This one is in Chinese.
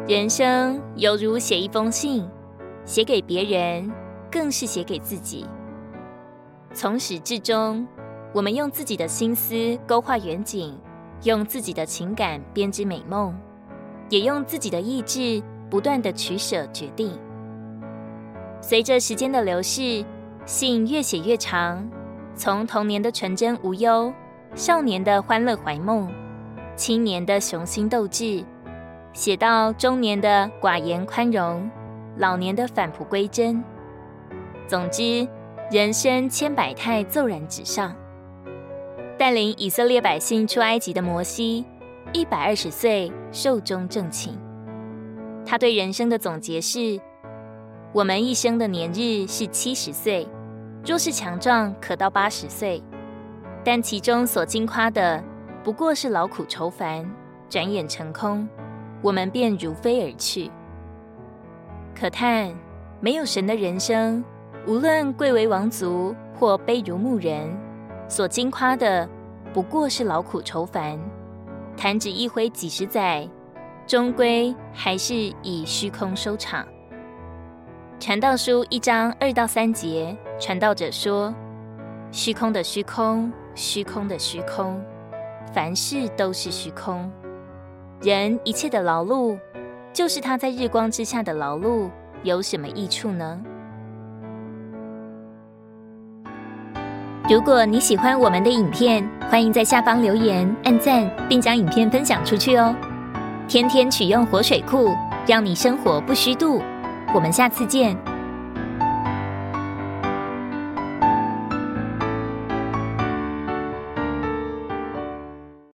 人生犹如写一封信，写给别人，更是写给自己。从始至终，我们用自己的心思勾画远景，用自己的情感编织美梦，也用自己的意志不断地取舍决定。随着时间的流逝，信越写越长，从童年的纯真无忧，少年的欢乐怀梦，青年的雄心斗志，写到中年的寡言宽容，老年的返璞归真。总之，人生千百态骤然纸上。带领以色列百姓出埃及的摩西，120岁寿终正寝。他对人生的总结是：我们一生的年日是70岁，若是强壮，可到80岁。但其中所经夸的，不过是劳苦愁烦，转眼成空，我们便如飞而去。可叹没有神的人生，无论贵为王族或卑如牧人，所经夸的不过是劳苦愁烦，弹指一挥几十载，终归还是以虚空收场。传道书1章2到3节，传道者说：虚空的虚空，虚空的虚空，凡事都是虚空。人一切的劳碌，就是他在日光之下的劳碌，有什么益处呢？如果你喜欢我们的影片，欢迎在下方留言、按赞，并将影片分享出去哦。天天取用活水库，让你生活不虚度。我们下次见。